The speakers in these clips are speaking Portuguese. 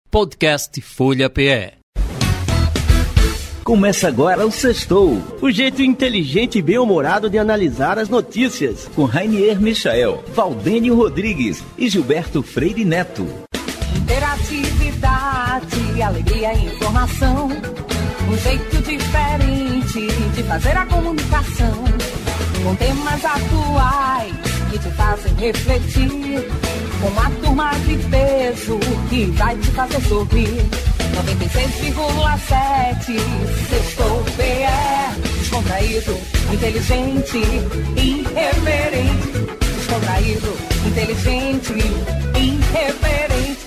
Podcast Folha PE. Começa agora o Sextou, o jeito inteligente e bem-humorado de analisar as notícias, com Rainier Michael, Valdênio Rodrigues e Gilberto Freire Neto. Interatividade, alegria e informação, um jeito diferente de fazer a comunicação, com temas atuais que te fazem refletir, com uma turma de peso que vai te fazer sorrir. 96,7 Sextou PE, descontraído, inteligente, irreverente. Descontraído, inteligente, irreverente.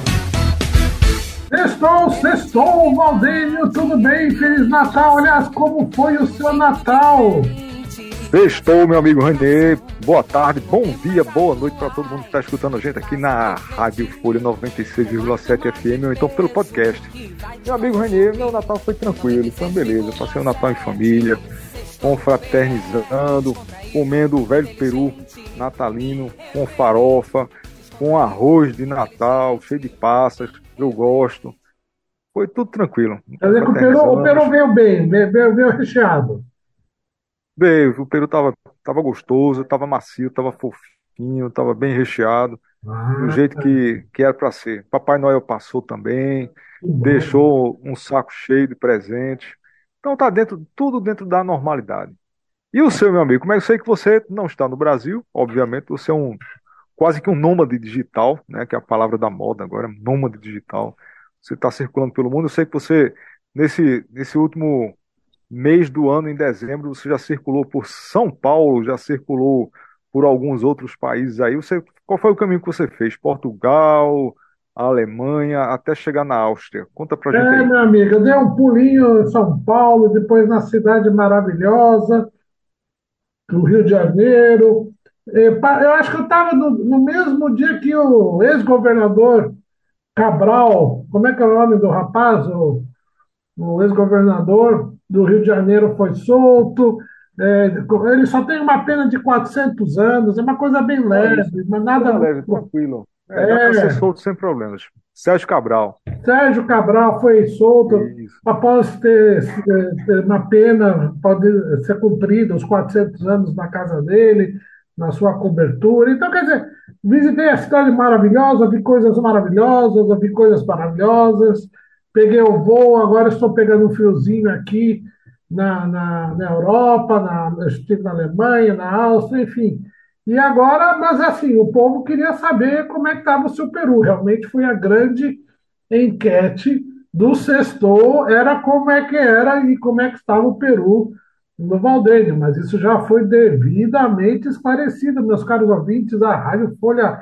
Sextou, Valdênio, tudo bem? Feliz Natal, aliás, como foi o seu Natal? Sextou, meu amigo Renê, boa tarde, bom dia, boa noite para todo mundo que está escutando a gente aqui na Rádio Folha 96,7 FM ou então pelo podcast. Meu amigo Renê, meu Natal foi tranquilo, foi uma beleza, passei o Natal em família, confraternizando, comendo o velho peru natalino com farofa, com arroz de Natal, cheio de passas, eu gosto, foi tudo tranquilo. Quer dizer que o peru veio bem, veio recheado. O peru tava gostoso, tava macio, tava fofinho, tava bem recheado, do jeito que era para ser. Papai Noel passou também, deixou um saco cheio de presentes. Então tá tudo dentro da normalidade. E o seu, meu amigo, como é que eu sei que você não está no Brasil? Obviamente, você é quase que um nômade digital, né? Que é a palavra da moda agora, nômade digital. Você está circulando pelo mundo. Eu sei que você, nesse último mês do ano, em dezembro, você já circulou por São Paulo, já circulou por alguns outros países aí. Qual foi o caminho que você fez? Portugal, Alemanha, até chegar na Áustria. Conta pra gente aí. Meu amigo, eu dei um pulinho em São Paulo, depois na cidade maravilhosa do Rio de Janeiro. Eu acho que eu estava no mesmo dia que o ex-governador Cabral, como é que é o nome do rapaz? O ex-governador do Rio de Janeiro foi solto. Ele só tem uma pena de 400 anos, é uma coisa bem leve, mas nada leve, tranquilo. Dá para ser solto sem problemas. Sérgio Cabral foi solto. Isso. Após ter uma pena, pode ser cumprida, os 400 anos na casa dele, na sua cobertura. Então, quer dizer, visitei a cidade maravilhosa, vi coisas maravilhosas, vi coisas maravilhosas. Peguei o voo, agora estou pegando um fiozinho aqui na Europa, eu estive na Alemanha, na Áustria, enfim. E agora, mas assim, o povo queria saber como é que estava o seu Peru. Realmente foi a grande enquete do Sextou, era como é que era e como é que estava o Peru no Valdênio, mas isso já foi devidamente esclarecido, meus caros ouvintes da Rádio Folha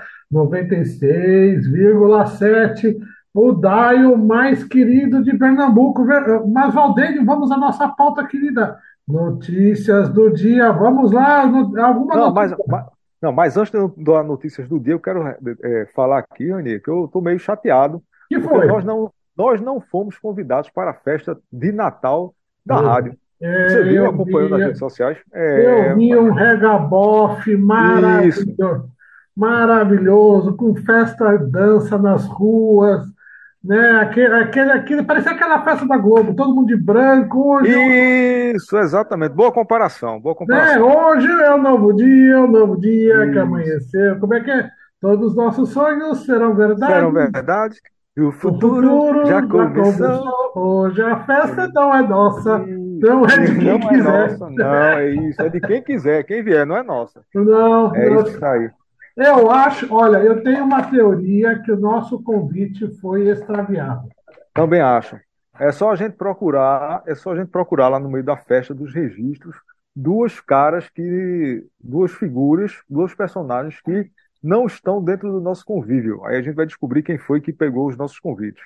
96,7, o Daio mais querido de Pernambuco. Mas, Valdênio, vamos à nossa pauta querida. Notícias do dia. Vamos lá, alguma notícia? Mas antes das notícias do dia, eu quero falar aqui, Rani, que eu estou meio chateado. Que foi? Nós não fomos convidados para a festa de Natal da rádio. Você viu, acompanhando nas redes sociais? Eu vi um regabofe maravilhoso. Maravilhoso, com festa e dança nas ruas, né? Aquele, parecia aquela festa da Globo, todo mundo de branco. Isso, exatamente. Boa comparação. Né? Hoje é um novo dia que amanheceu. Como é que é? Todos os nossos sonhos serão verdade. E o futuro já começou. Hoje a festa não é nossa. Não é de quem quiser. Não, é isso. É de quem quiser. Quem vier, não é nossa. Não. Isso aí. Eu acho, olha, eu tenho uma teoria que o nosso convite foi extraviado. Também acho. É só a gente procurar lá no meio da festa dos registros duas figuras, dois personagens que não estão dentro do nosso convívio. Aí a gente vai descobrir quem foi que pegou os nossos convites.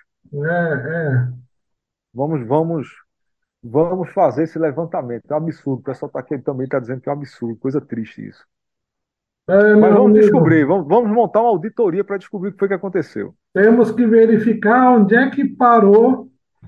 Vamos fazer esse levantamento. É um absurdo. O pessoal aqui também está dizendo que é um absurdo, coisa triste isso. Mas vamos descobrir, vamos montar uma auditoria para descobrir o que foi que aconteceu. Temos que verificar onde é que parou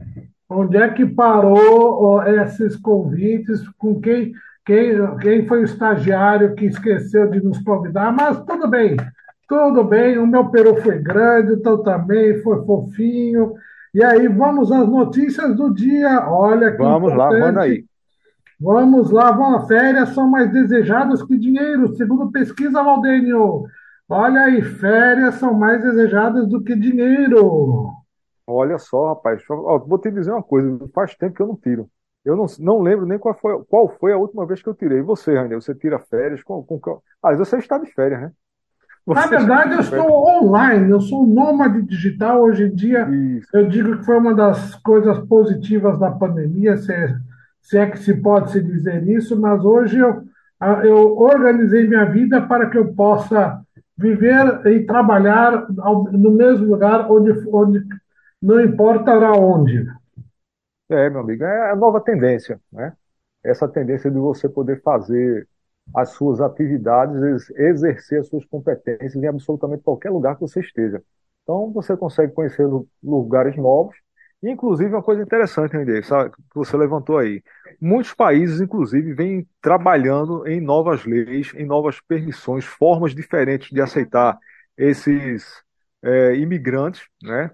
esses convites, com quem foi o estagiário que esqueceu de nos convidar, mas tudo bem. Tudo bem, o meu peru foi grande, então também foi fofinho. E aí, vamos às notícias do dia. Olha que Vamos lá, manda importante. aí. Vamos lá, vão, férias são mais desejadas que dinheiro, segundo pesquisa, Valdênio. Olha aí, férias são mais desejadas do que dinheiro. Olha só, rapaz, ó, vou te dizer uma coisa, faz tempo que eu não tiro. Eu não lembro nem qual foi a última vez que eu tirei. E você, Rainer, você tira férias você está de férias, né? Na Você está verdade, de eu férias. estou online, eu sou um nômade digital. Hoje em dia, Isso. eu digo que foi uma das coisas positivas da pandemia, se é que se pode se dizer isso, mas hoje eu organizei minha vida para que eu possa viver e trabalhar no mesmo lugar, onde não importa onde. Meu amigo, é a nova tendência, né? Essa tendência de você poder fazer as suas atividades, exercer as suas competências em absolutamente qualquer lugar que você esteja. Então, você consegue conhecer lugares novos. E, inclusive, uma coisa interessante, André, sabe, que você levantou aí. Muitos países, inclusive, vêm trabalhando em novas leis, em novas permissões, formas diferentes de aceitar esses imigrantes, né?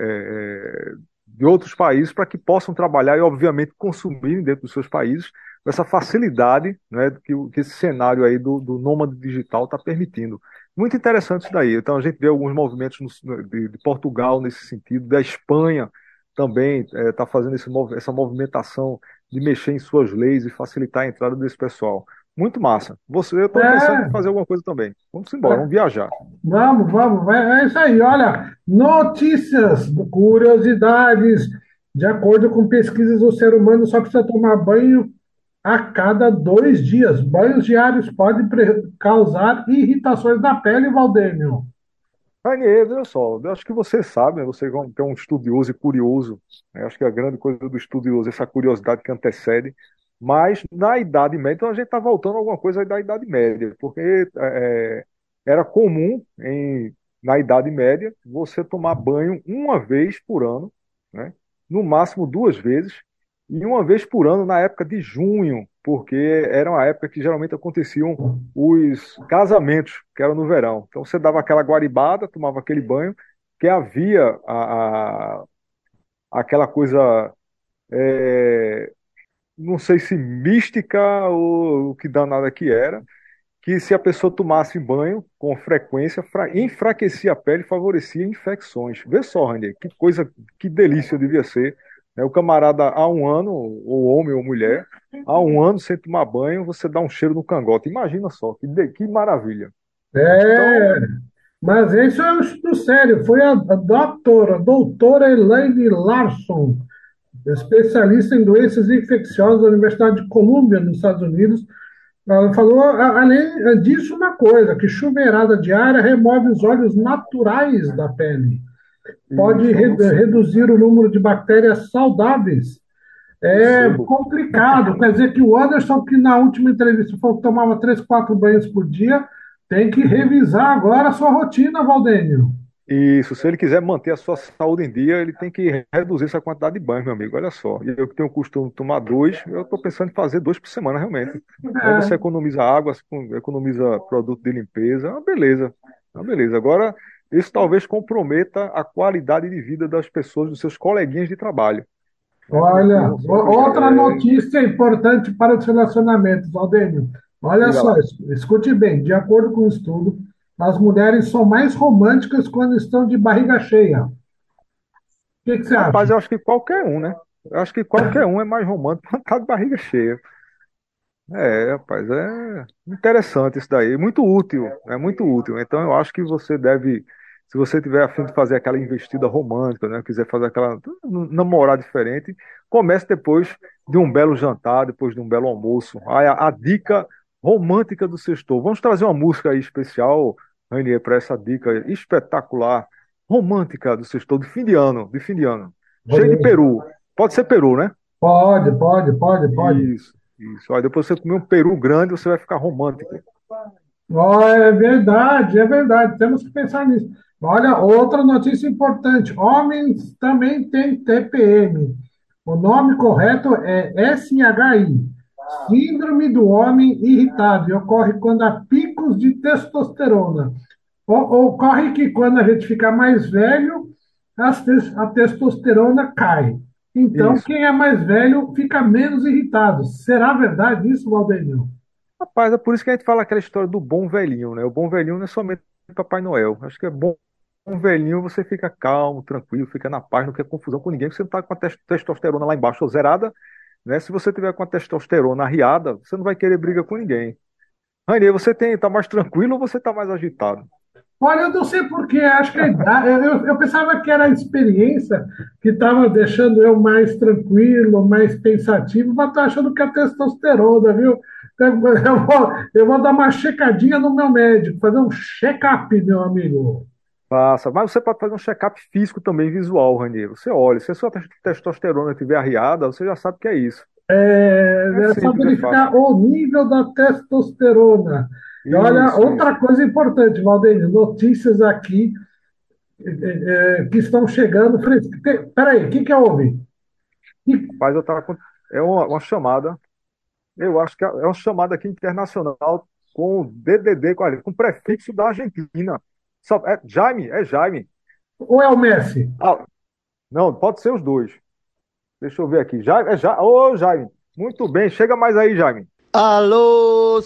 De outros países para que possam trabalhar e, obviamente, consumir dentro dos seus países com essa facilidade, né, que esse cenário aí do nômade digital está permitindo. Muito interessante isso daí. Então, a gente vê alguns movimentos de Portugal nesse sentido, da Espanha também está fazendo essa movimentação de mexer em suas leis e facilitar a entrada desse pessoal. Muito massa. Eu estou pensando em É, fazer alguma coisa também. Vamos embora, vamos viajar. vamos, é isso aí. Olha, notícias, curiosidades. De acordo com pesquisas, o ser humano só precisa tomar banho a cada 2 dias. Banhos diários podem causar irritações na pele, Valdênio. Rainier, olha só, eu acho que você sabe, né? Você é um estudioso e curioso, né? Acho que a grande coisa do estudioso é essa curiosidade que antecede, mas na Idade Média, então a gente está voltando a alguma coisa aí da Idade Média, porque era comum na Idade Média você tomar banho uma vez por ano, né? No máximo 2 vezes, e uma vez por ano na época de junho, porque era uma época que geralmente aconteciam os casamentos, que eram no verão. Então você dava aquela guaribada, tomava aquele banho, que havia aquela coisa, é, não sei se mística ou o que danada que era, que se a pessoa tomasse banho com frequência, enfraquecia a pele e favorecia infecções. Vê só, Randy, que coisa, que delícia devia ser, né? O camarada há um ano, ou homem ou mulher, há um ano sem tomar banho, você dá um cheiro no cangote. Imagina só, que maravilha. É, Então, mas isso é um estudo sério. Foi a doutora Elaine Larson, especialista em doenças infecciosas da Universidade de Colômbia, nos Estados Unidos. Ela falou, além disso, uma coisa, que chuveirada diária remove os óleos naturais da pele. Pode isso, reduzir o número de bactérias saudáveis. o É sebo. complicado. Quer dizer que o Anderson, que na última entrevista falou que tomava 3, 4 banhos por dia, tem que revisar agora a sua rotina, Valdênio. Isso, se ele quiser manter a sua saúde em dia, ele tem que reduzir essa quantidade de banhos, meu amigo. Olha só. E eu que tenho o costume de tomar 2, eu estou pensando em fazer 2 por semana, realmente. Aí você É, economiza água, economiza produto de limpeza. É uma beleza. Agora, isso talvez comprometa a qualidade de vida das pessoas, dos seus coleguinhas de trabalho, né? Porque olha, vão ser outra notícia importante para os relacionamentos, Valdênio. Olha diga só, lá. escute bem, de acordo com o estudo, as mulheres são mais românticas quando estão de barriga cheia. O que você acha? Rapaz, eu acho que qualquer um, né? Eu acho que qualquer um é mais romântico quando tá de barriga cheia. Rapaz, é interessante isso daí, muito útil, é muito útil. Então eu acho que você deve, se você tiver a fim de fazer aquela investida romântica, né, quiser fazer aquela namorar diferente, comece depois de um belo jantar, depois de um belo almoço. A dica romântica do sextou. Vamos trazer uma música aí especial, Rainier, para essa dica espetacular, romântica do sextou de fim de ano, cheio de peru. Pode ser peru, né? Pode. Isso. Aí depois você comer um peru grande, você vai ficar romântico. Ó, é verdade, é verdade. Temos que pensar nisso. Olha, outra notícia importante: homens também têm TPM. O nome correto é SHI, Síndrome do Homem Irritável. Ocorre quando há picos de testosterona. Ocorre que quando a gente fica mais velho, a testosterona cai. Então, Isso. quem é mais velho fica menos irritado. Será verdade isso, Valdenil? Rapaz, é por isso que a gente fala aquela história do bom velhinho, né? O bom velhinho não é somente Papai Noel. Acho que é bom velhinho, você fica calmo, tranquilo, fica na paz, não quer confusão com ninguém, porque você não tá com a testosterona lá embaixo ou zerada, né? Se você tiver com a testosterona arriada, você não vai querer briga com ninguém. Rainê, tá mais tranquilo ou você tá mais agitado? Olha, eu não sei por quê, acho que a idade, eu pensava que era a experiência que estava deixando eu mais tranquilo, mais pensativo, mas estou achando que é a testosterona, viu? Então, eu vou dar uma checadinha no meu médico, fazer um check-up, meu amigo. Passa, mas você pode fazer um check-up físico também, visual, Rainê. Você olha, se a sua testosterona estiver arriada, você já sabe que é isso. É É só simples, é fácil. verificar o nível da testosterona. E olha, Isso, outra isso. coisa importante, Valdeir, notícias aqui que estão chegando. Peraí, o que que houve? Rapaz, eu tava com. É uma chamada. Eu acho que é uma chamada aqui internacional com DDD, com prefixo da Argentina. É Jaime? É Jaime. Ou é o Messi? Ah, não, pode ser os dois. Deixa eu ver aqui. Jaime, Ô, Jaime. Muito bem, chega mais aí, Jaime. Aló,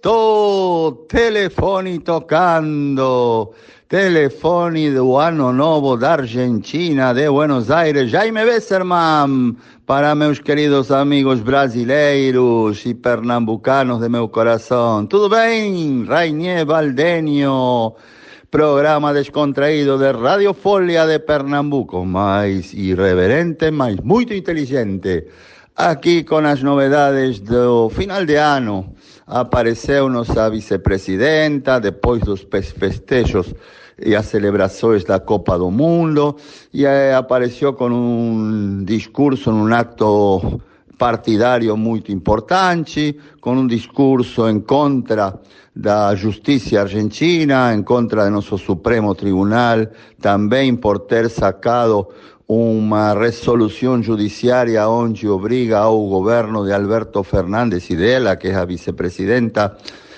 sexto, telefone tocando, telefone do Ano Novo da Argentina, de Buenos Aires, Jaime Besserman, para meus queridos amigos brasileiros e pernambucanos de meu coração. Tudo bem, Rainier Valdenio? Programa descontraído de Radio Folia de Pernambuco, mais irreverente, mas muito inteligente. Aqui com as novidades do final de ano, apareceu-nos a vicepresidenta, depois dos festejos e as celebrações da Copa do Mundo, e apareceu com um discurso, um acto partidário muito importante, com um discurso em contra da justiça argentina, em contra do nosso Supremo Tribunal, também por ter sacado uma resolução judiciária onde obriga ao governo de Alberto Fernández e dela, que é a vicepresidenta,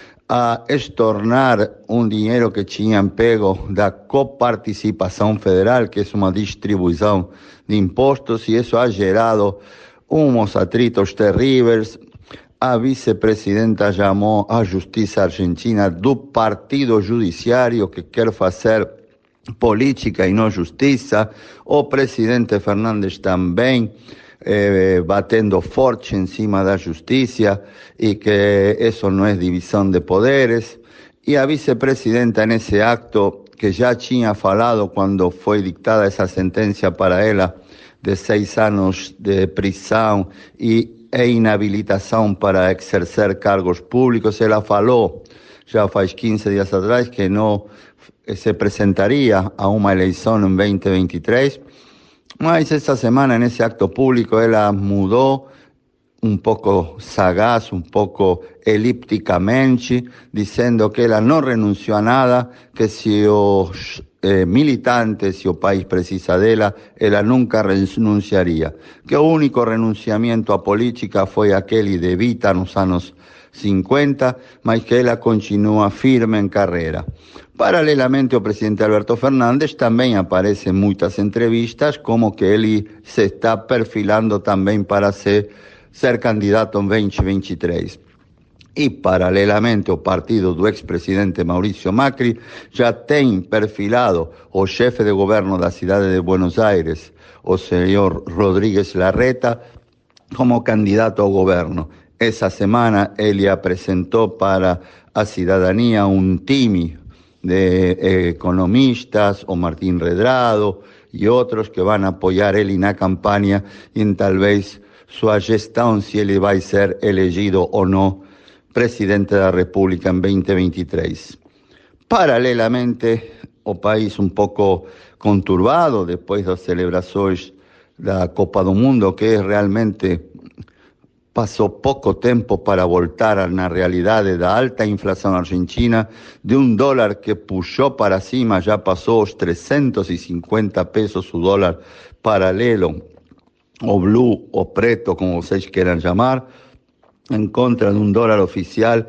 a estornar um dinheiro que tinham pego da coparticipação federal, que é uma distribuição de impostos, e isso ha gerado uns atritos terríveis. A vicepresidenta chamou a justiça argentina do partido judiciário que quer fazer política e não justiça. O presidente Fernández também batendo forte em cima da justiça e que isso não é divisão de poderes. E a vicepresidenta nesse acto, que já tinha falado quando foi dictada essa sentença para ela de 6 anos de prisão e inhabilitação para exercer cargos públicos, ela falou já faz 15 dias atrás que não se apresentaria a uma eleição em 2023, mas essa semana, nesse acto público, ela mudou um pouco sagaz, um pouco elipticamente, dizendo que ela não renunciou a nada, que se os militantes, se o país precisa dela, ela nunca renunciaria. Que o único renunciamento à política foi aquele de Evita nos anos 50, mas que ela continua firme em carreira. Paralelamente, o presidente Alberto Fernández também aparece em muitas entrevistas como que ele se está perfilando também para ser candidato em 2023. E, paralelamente, o partido do ex-presidente Maurício Macri já tem perfilado o chefe de governo da cidade de Buenos Aires, o senhor Rodríguez Larreta, como candidato ao governo. Essa semana ele apresentou para a cidadania um time de economistas, o Martín Redrado e outros que vão apoiar ele na campanha e em talvez sua gestão, se ele vai ser elegido ou não presidente da República em 2023. Paralelamente, o país um pouco conturbado depois das celebrações da Copa do Mundo, que realmente passou pouco tempo para voltar na realidade da alta inflação argentina, de um dólar que puxou para cima, já passou os 350 pesos o dólar paralelo, o blue, o preto, como vocês queiram chamar, em contra de um dólar oficial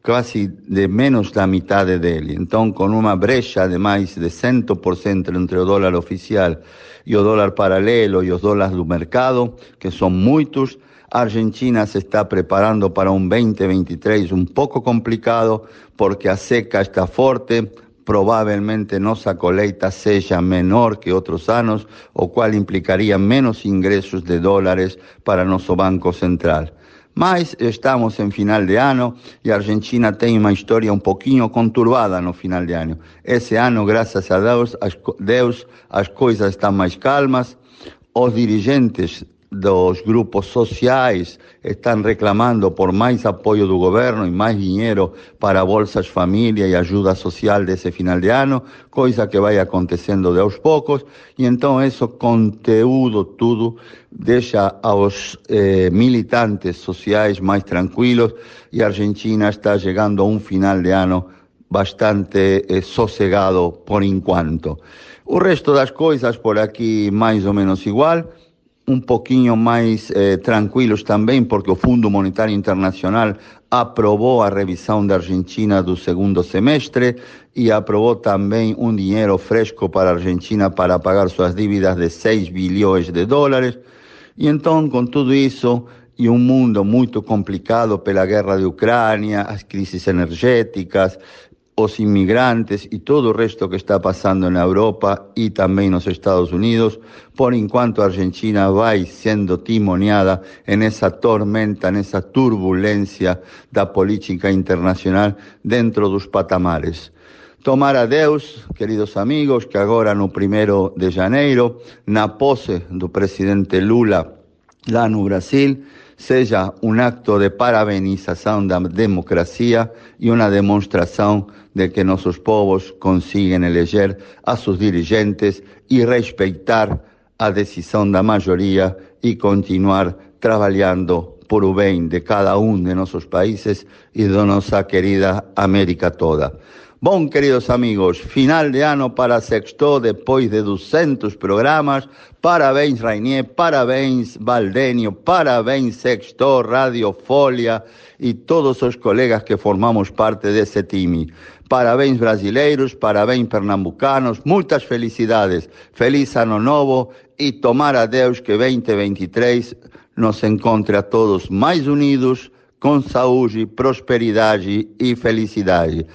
quase de menos da metade dele. Então, com uma brecha de mais de 100% entre o dólar oficial e o dólar paralelo e os dólares do mercado, que são muitos, a Argentina se está preparando para um 2023 um pouco complicado, porque a seca está forte, provavelmente nossa colheita seja menor que outros anos, o qual implicaria menos ingressos de dólares para nosso Banco Central. Mas estamos em final de ano e a Argentina tem uma história um pouquinho conturbada no final de ano. Esse ano, graças a Deus, as coisas estão mais calmas. Os dirigentes dos grupos sociais estão reclamando por mais apoio do governo e mais dinheiro para bolsas família e ajuda social desse final de ano, coisa que vai acontecendo de aos poucos, e então esse conteúdo tudo deixa aos militantes sociais mais tranquilos, e a Argentina está chegando a um final de ano bastante sossegado por enquanto. O resto das coisas por aqui mais ou menos igual, um pouquinho mais tranquilos também, porque o Fundo Monetário Internacional aprovou a revisão da Argentina do segundo semestre e aprovou também um dinheiro fresco para a Argentina para pagar suas dívidas de 6 bilhões de dólares. E então, com tudo isso, e um mundo muito complicado pela guerra de Ucrânia, as crises energéticas, os imigrantes e todo o resto que está passando na Europa e também nos Estados Unidos, por enquanto a Argentina vai sendo timoneada nessa tormenta, nessa turbulência da política internacional dentro dos patamares. Tomara a Deus, queridos amigos, que agora no 1º de janeiro, na posse do presidente Lula lá no Brasil, seja um acto de parabenização da democracia e uma demonstração de que nossos povos conseguem eleger a seus dirigentes e respeitar a decisão da maioria e continuar trabalhando por o bem de cada um de nossos países e de nossa querida América toda. Bom, queridos amigos, final de ano para Sextou, depois de 200 programas. Parabéns, Rainier, parabéns, Valdenio, parabéns, Sextou, Radio Folha e todos os colegas que formamos parte desse time. Parabéns, brasileiros, parabéns, pernambucanos, muitas felicidades. Feliz ano novo e tomara a Deus que 2023 nos encontre a todos mais unidos, com saúde, prosperidade e felicidade.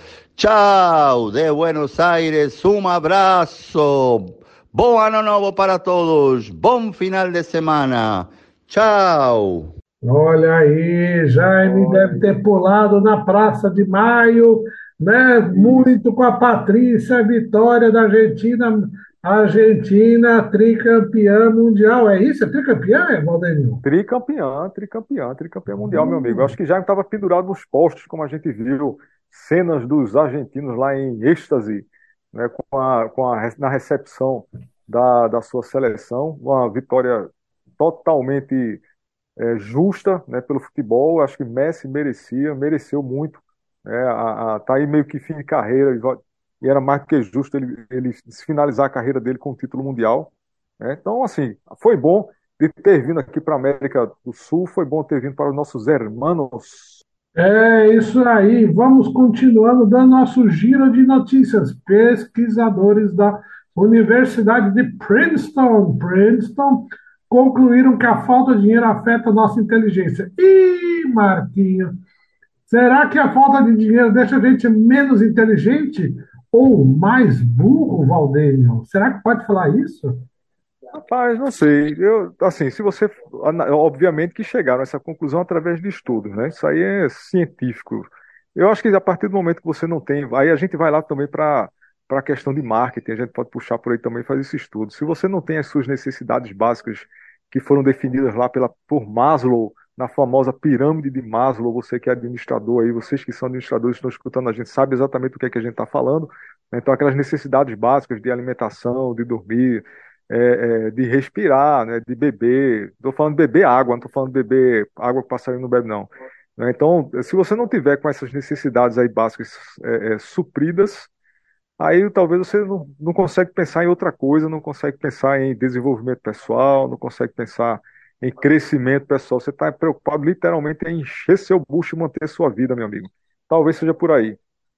Tchau, de Buenos Aires, um abraço, bom ano novo para todos, bom final de semana, tchau. Olha aí, Jaime deve ter pulado na Praça de Maio, né? Muito com a Patrícia, vitória da Argentina, Argentina tricampeã mundial. É isso? É tricampeã, Valdenio? Tricampeã mundial, meu amigo. Eu acho que já estava pendurado nos postos, como a gente viu cenas dos argentinos lá em êxtase, né, na recepção da sua seleção. Uma vitória totalmente justa, né, pelo futebol. Acho que Messi mereceu muito. Né, tá aí meio que fim de carreira e era mais do que justo ele finalizar a carreira dele com o título mundial. Né. Então, assim, foi bom de ter vindo aqui para a América do Sul, foi bom ter vindo para os nossos hermanos. É isso aí, vamos continuando dando nosso giro de notícias. Pesquisadores da Universidade de Princeton concluíram que a falta de dinheiro afeta a nossa inteligência. Ih, Marquinhos, será que a falta de dinheiro deixa a gente menos inteligente ou mais burro, Valdênio? Será que pode falar isso? Rapaz, não sei. Assim, se você, obviamente que chegaram a essa conclusão através de estudos, né? Isso aí é científico. Eu acho que a partir do momento que você não tem, aí a gente vai lá também para a questão de marketing, a gente pode puxar por aí também e fazer esse estudo. Se você não tem as suas necessidades básicas que foram definidas lá por Maslow, na famosa pirâmide de Maslow, você que é administrador aí, vocês que são administradores estão escutando a gente, sabe exatamente o que é que a gente está falando, né? Então, aquelas necessidades básicas de alimentação, de dormir, de respirar, né, de beber. Estou falando de beber água, não estou falando de beber água que o passarinho não bebe, não. Né? Então, se você não tiver com essas necessidades aí básicas supridas, aí talvez você não consegue pensar em outra coisa, não consegue pensar em desenvolvimento pessoal, não consegue pensar em crescimento pessoal. Você está preocupado literalmente em encher seu bucho e manter sua vida, meu amigo. talvez seja por aí.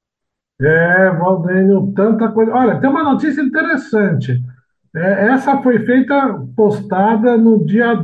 Valdênio, tanta coisa. Olha, tem uma notícia interessante. Essa foi postada no dia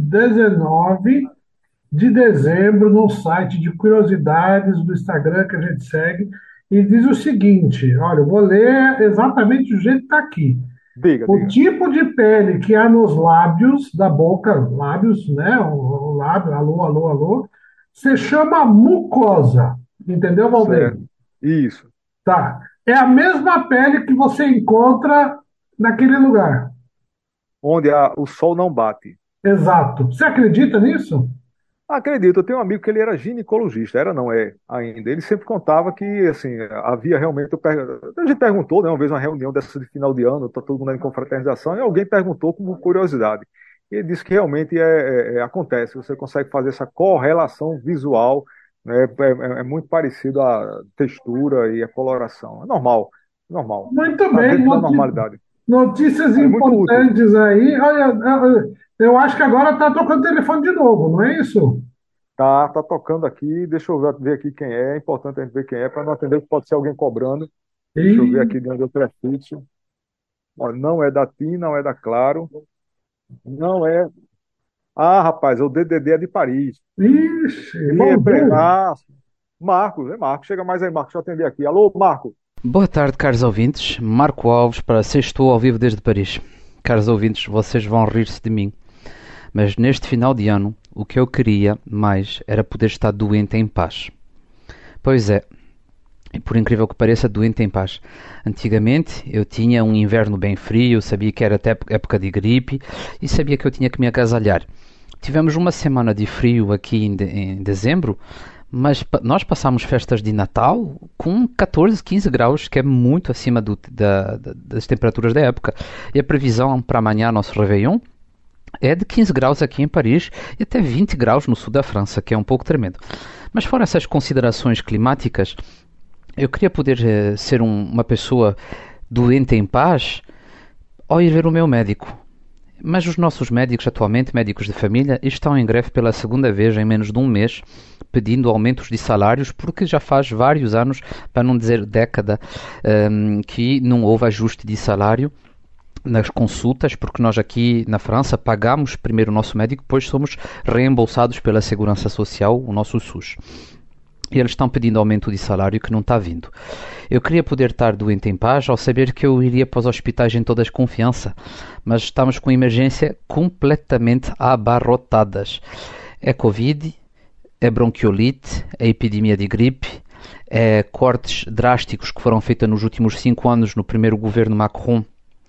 19 de dezembro no site de curiosidades do Instagram que a gente segue e diz o seguinte: olha, eu vou ler exatamente do jeito que está aqui. Diga, O diga. tipo de pele que há nos lábios da boca, lábios, né? O lábio, alô, alô, alô, se chama mucosa. Entendeu, Valdeir? Certo. Isso. Tá. É a mesma pele que você encontra naquele lugar. Onde o sol não bate. Exato. Você acredita nisso? Acredito, eu tenho um amigo que ele era ginecologista, era não é ainda. Ele sempre contava que assim havia realmente. A gente perguntou, né, uma vez uma reunião dessa de final de ano, tá todo mundo em confraternização, e alguém perguntou como curiosidade. E ele disse que realmente acontece, você consegue fazer essa correlação visual, né, é muito parecido à textura e à coloração. É normal, normal. Muito Tá bem. dentro da normalidade. Notícias É muito útil. importantes aí. Olha, eu acho que agora está tocando o telefone de novo, não é isso? Tá tocando aqui, deixa eu ver aqui quem é. É importante a gente ver quem é, para não atender que pode ser alguém cobrando. Deixa eu ver Ih, aqui de onde eu prefixo. Ó, não é da TIM, não é da Claro, não é. Ah, rapaz, o DDD é de Paris. ixi, E Bom, Marcos, é Marcos. Chega mais aí, Marcos, deixa eu atender aqui. Alô, Marcos. Boa tarde, caros ouvintes. Marco Alves para Sextou ao vivo desde Paris. Caros ouvintes, vocês vão rir-se de mim, mas neste final de ano o que eu queria mais era poder estar doente em paz. Pois é, e por incrível que pareça, doente em paz. Antigamente eu tinha um inverno bem frio, sabia que era até época de gripe e sabia que eu tinha que me agasalhar. Tivemos uma semana de frio aqui em dezembro, mas nós passámos festas de Natal com 14, 15 graus, que é muito acima das temperaturas da época. E a previsão para amanhã, nosso Réveillon, é de 15 graus aqui em Paris e até 20 graus no sul da França, que é um pouco tremendo. Mas fora essas considerações climáticas, eu queria poder ser uma pessoa doente em paz ao ir ver o meu médico. Mas os nossos médicos, atualmente médicos de família, estão em greve pela segunda vez em menos de um mês, pedindo aumentos de salários, porque já faz vários anos, para não dizer década, que não houve ajuste de salário nas consultas, porque nós aqui na França pagamos primeiro o nosso médico, depois somos reembolsados pela Segurança Social, o nosso SUS. E eles estão pedindo aumento de salário que não está vindo. Eu queria poder estar doente em paz ao saber que eu iria para os hospitais em toda a confiança, mas estamos com emergência completamente abarrotadas. É Covid, é bronquiolite, é epidemia de gripe, é cortes drásticos que foram feitos nos últimos 5 anos no primeiro governo Macron,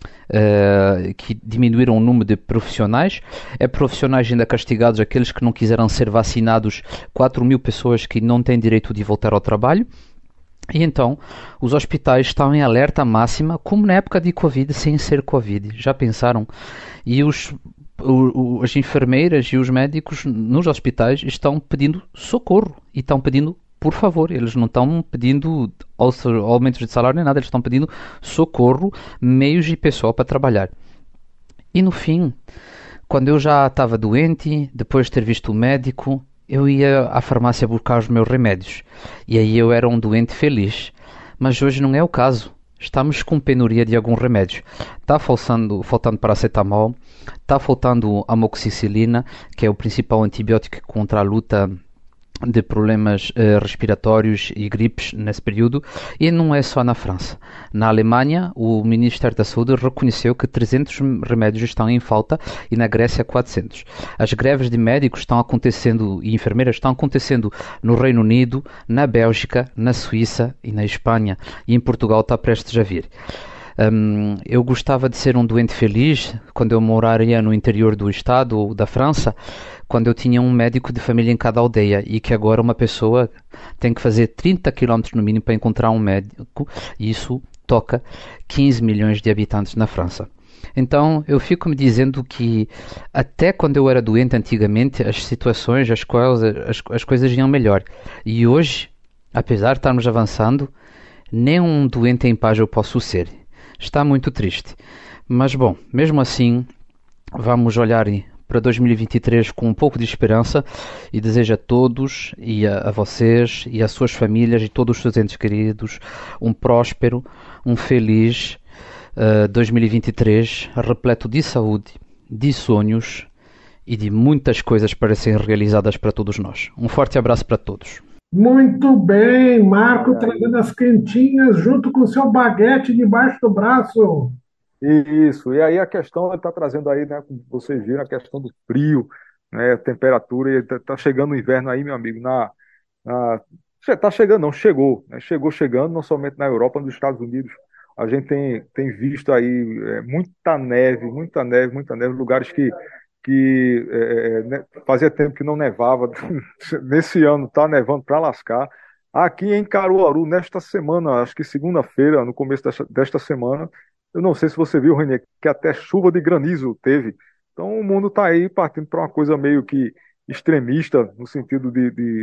que diminuíram o número de profissionais, é profissionais ainda castigados, aqueles que não quiseram ser vacinados, 4.000 pessoas que não têm direito de voltar ao trabalho, e então os hospitais estão em alerta máxima, como na época de Covid, sem ser Covid, já pensaram? E as enfermeiras e os médicos nos hospitais estão pedindo socorro, e estão pedindo por favor, eles não estão pedindo aumentos de salário nem nada, eles estão pedindo socorro, meios e pessoal para trabalhar. E no fim, quando eu já estava doente, depois de ter visto o médico, eu ia à farmácia buscar os meus remédios. E aí eu era um doente feliz. Mas hoje não é o caso. Estamos com penuria de alguns remédios. Está faltando paracetamol, está faltando amoxicilina, que é o principal antibiótico contra a luta de problemas respiratórios e gripes nesse período, e não é só na França. Na Alemanha, o Ministério da Saúde reconheceu que 300 remédios estão em falta e na Grécia 400. As greves de médicos estão acontecendo e enfermeiras estão acontecendo no Reino Unido, na Bélgica, na Suíça e na Espanha, e em Portugal está prestes a vir. Eu gostava de ser um doente feliz quando eu moraria no interior do estado ou da França, quando eu tinha um médico de família em cada aldeia, e que agora uma pessoa tem que fazer 30 km no mínimo para encontrar um médico, e isso toca 15 milhões de habitantes na França. Então eu fico me dizendo que até quando eu era doente antigamente, as situações, as coisas iam melhor. E hoje, apesar de estarmos avançando, nem um doente em paz eu posso ser. Está muito triste. Mas bom, mesmo assim, vamos olhar para 2023 com um pouco de esperança e desejo a todos e a vocês e às suas famílias e todos os seus entes queridos um próspero, um feliz 2023 repleto de saúde, de sonhos e de muitas coisas para serem realizadas para todos nós. Um forte abraço para todos. Muito bem, Marco trazendo as quentinhas junto com o seu baguete debaixo do braço. Isso, e aí a questão ele está trazendo aí, né, como vocês viram, a questão do frio, né, temperatura, e está chegando o inverno aí, meu amigo, tá chegando, não, chegou, né, chegou chegando, não somente na Europa, nos Estados Unidos, a gente tem visto aí muita neve, muita neve, muita neve, lugares que fazia tempo que não nevava, nesse ano está nevando para lascar. Aqui em Caruaru, nesta semana, acho que segunda-feira, no começo desta semana, eu não sei se você viu, Renê, que até chuva de granizo teve. Então o mundo está aí partindo para uma coisa meio que extremista, no sentido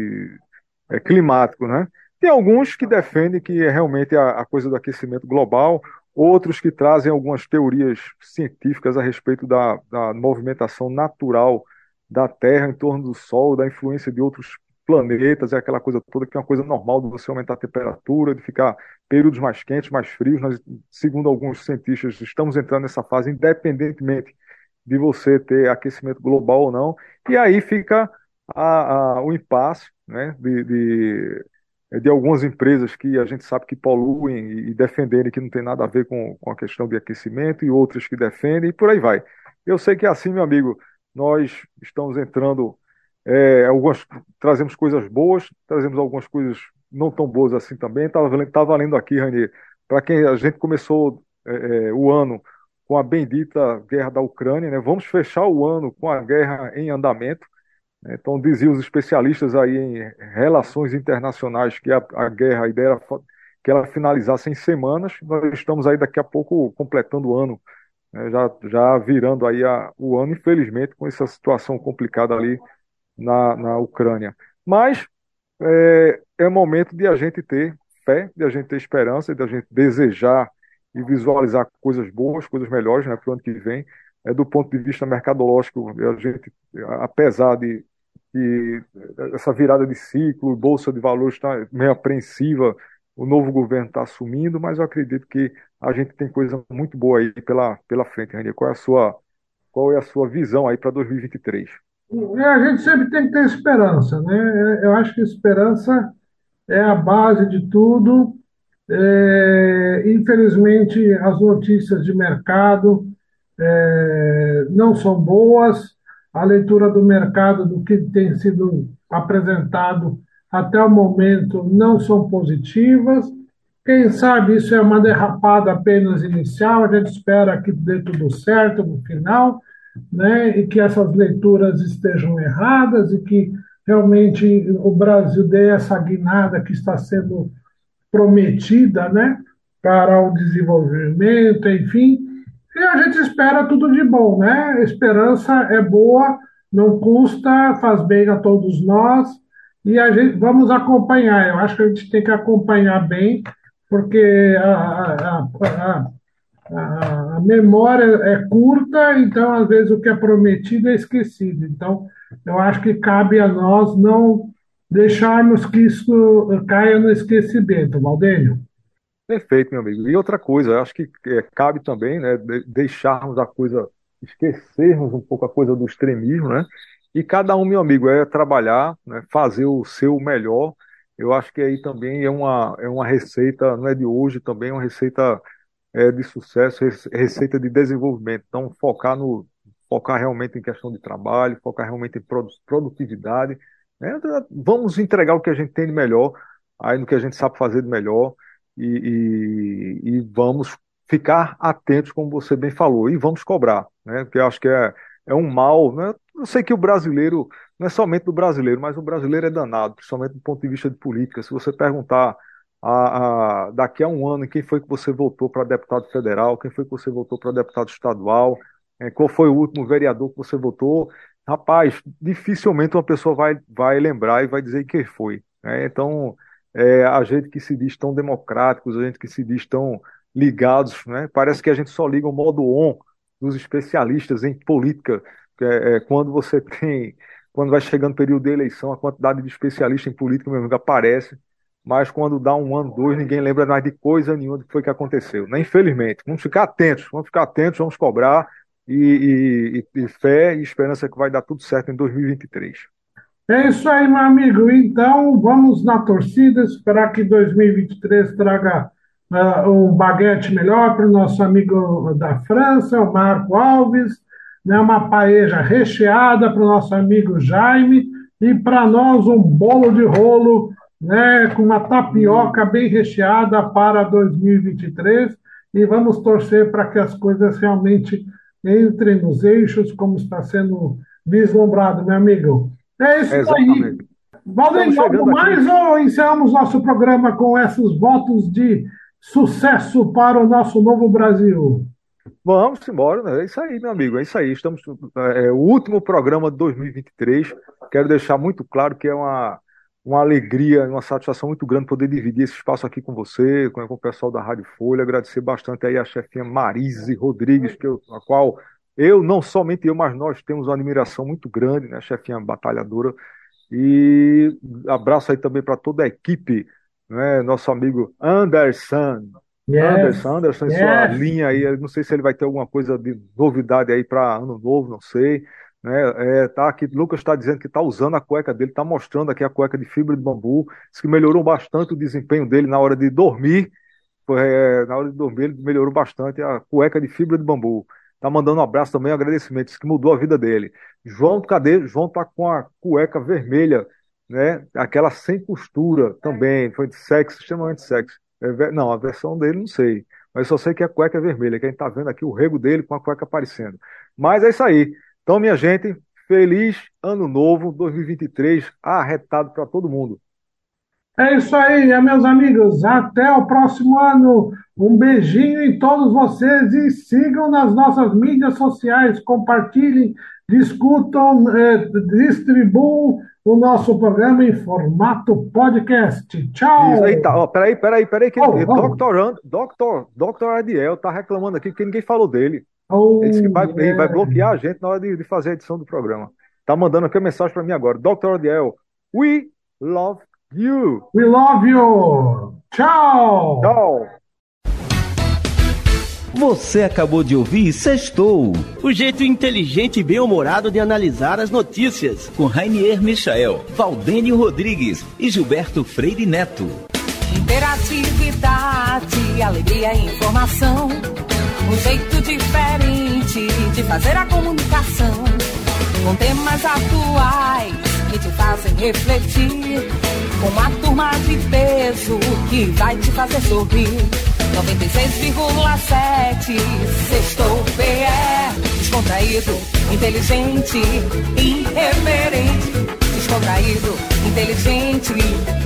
de climático, né? Tem alguns que defendem que é realmente a coisa do aquecimento global, outros que trazem algumas teorias científicas a respeito da movimentação natural da Terra em torno do Sol, da influência de outros planetas, é aquela coisa toda que é uma coisa normal de você aumentar a temperatura, de ficar períodos mais quentes, mais frios. Nós, segundo alguns cientistas, estamos entrando nessa fase independentemente de você ter aquecimento global ou não, e aí fica o impasse, né, de algumas empresas que a gente sabe que poluem e defenderem que não tem nada a ver com a questão de aquecimento, e outras que defendem, e por aí vai. Eu sei que é assim, meu amigo, nós estamos entrando, trazemos coisas boas, trazemos algumas coisas não tão boas assim também. Estava lendo aqui, Rani, para quem a gente começou o ano com a bendita guerra da Ucrânia, né? Vamos fechar o ano com a guerra em andamento. Então, diziam os especialistas aí em relações internacionais que a guerra, a ideia era que ela finalizasse em semanas. Nós estamos aí daqui a pouco completando o ano, né? Já virando aí o ano, infelizmente, com essa situação complicada ali na Ucrânia. Mas é momento de a gente ter fé, de a gente ter esperança, de a gente desejar e visualizar coisas boas, coisas melhores, né, para o ano que vem. Do ponto de vista mercadológico, a gente, apesar de essa virada de ciclo, Bolsa de Valores está meio apreensiva, o novo governo está assumindo, mas eu acredito que a gente tem coisa muito boa aí pela frente, Rania. Qual é a sua visão aí para 2023? A gente sempre tem que ter esperança, né? Eu acho que esperança é a base de tudo. Infelizmente, as notícias de mercado não são boas. A leitura do mercado, do que tem sido apresentado até o momento, não são positivas. Quem sabe isso é uma derrapada apenas inicial, a gente espera que dê tudo certo no final, né? E que essas leituras estejam erradas e que realmente o Brasil dê essa guinada que está sendo prometida, né, para o desenvolvimento, enfim. E a gente espera tudo de bom, né? A esperança é boa, não custa, faz bem a todos nós, e a gente vamos acompanhar. Eu acho que a gente tem que acompanhar bem, porque a memória é curta, então às vezes o que é prometido é esquecido. Então, eu acho que cabe a nós não deixarmos que isso caia no esquecimento, Valdênio. Perfeito, meu amigo. E outra coisa, eu acho que cabe também, né, deixarmos a coisa, esquecermos um pouco a coisa do extremismo, né? E cada um, meu amigo, trabalhar, né, fazer o seu melhor. Eu acho que aí também é uma receita, não é de hoje, também é uma receita de sucesso, receita de desenvolvimento. Então, focar realmente em questão de trabalho, focar realmente em produtividade, né? Vamos entregar o que a gente tem de melhor, aí no que a gente sabe fazer de melhor, e vamos ficar atentos, como você bem falou, e vamos cobrar, né? Porque eu acho que é um mal, né? Eu sei que o brasileiro, não é somente do brasileiro, mas o brasileiro é danado, principalmente do ponto de vista de política. Se você perguntar daqui a um ano quem foi que você votou para deputado federal, quem foi que você votou para deputado estadual, qual foi o último vereador que você votou, rapaz, dificilmente uma pessoa vai lembrar e vai dizer quem foi, né? Então, a gente que se diz tão democráticos, a gente que se diz tão ligados, né? Parece que a gente só liga o modo on dos especialistas em política Quando você tem, quando vai chegando o período de eleição, a quantidade de especialistas em política, meu amigo, aparece, mas quando dá um ano, dois, ninguém lembra mais de coisa nenhuma do que foi que aconteceu, né? Infelizmente. Vamos ficar atentos, vamos cobrar e fé e esperança que vai dar tudo certo em 2023. É isso aí, meu amigo. Então, vamos na torcida, esperar que 2023 traga um baguete melhor para o nosso amigo da França, o Marco Alves, né, uma paeja recheada para o nosso amigo Jaime e para nós um bolo de rolo, né, com uma tapioca bem recheada para 2023 e vamos torcer para que as coisas realmente entrem nos eixos como está sendo vislumbrado, meu amigo. É isso aí. Valeu, algo mais ou encerramos nosso programa com esses votos de sucesso para o nosso novo Brasil? Vamos embora, né? É isso aí, meu amigo, é isso aí. Estamos o último programa de 2023. Quero deixar muito claro que é uma alegria, uma satisfação muito grande poder dividir esse espaço aqui com você, com o pessoal da Rádio Folha. Agradecer bastante aí a chefinha Marise Rodrigues, a qual não somente eu, mas nós temos uma admiração muito grande, né, chefinha batalhadora. E abraço aí também para toda a equipe, né, nosso amigo Anderson, sua linha aí, não sei se ele vai ter alguma coisa de novidade aí para ano novo, não sei, né? Tá aqui, Lucas está dizendo que está usando a cueca dele, está mostrando aqui a cueca de fibra de bambu, diz que melhorou bastante o desempenho dele na hora de dormir, na hora de dormir ele melhorou bastante a cueca de fibra de bambu. Tá mandando um abraço também, um agradecimento, diz que mudou a vida dele. João, cadê? João tá com a cueca vermelha, né? Aquela sem costura também, foi de sexo, extremamente sexy. Não, a versão dele não sei, mas só sei que a cueca é vermelha, que a gente tá vendo aqui o rego dele com a cueca aparecendo. Mas é isso aí. Então, minha gente, feliz ano novo, 2023, arretado para todo mundo. É isso aí, meus amigos. Até o próximo ano. Um beijinho em todos vocês e sigam nas nossas mídias sociais, compartilhem, discutam, distribuam o nosso programa em formato podcast. Tchau! Isso aí, tá. Peraí, que Dr. Adiel tá reclamando aqui porque ninguém falou dele. Ele disse que vai bloquear a gente na hora de fazer a edição do programa. Tá mandando aqui a mensagem para mim agora. Dr. Adiel, we love you. We love you. Tchau! Tchau! Você acabou de ouvir Sextou, o jeito inteligente e bem-humorado de analisar as notícias, com Rainier Michael, Valdênio Rodrigues e Gilberto Freire Neto. Interatividade, alegria e informação, um jeito diferente de fazer a comunicação, com temas atuais que te fazem refletir, com uma turma de peso que vai te fazer sorrir. 96,7 Sextou PE, descontraído, inteligente, irreverente. Descontraído, inteligente,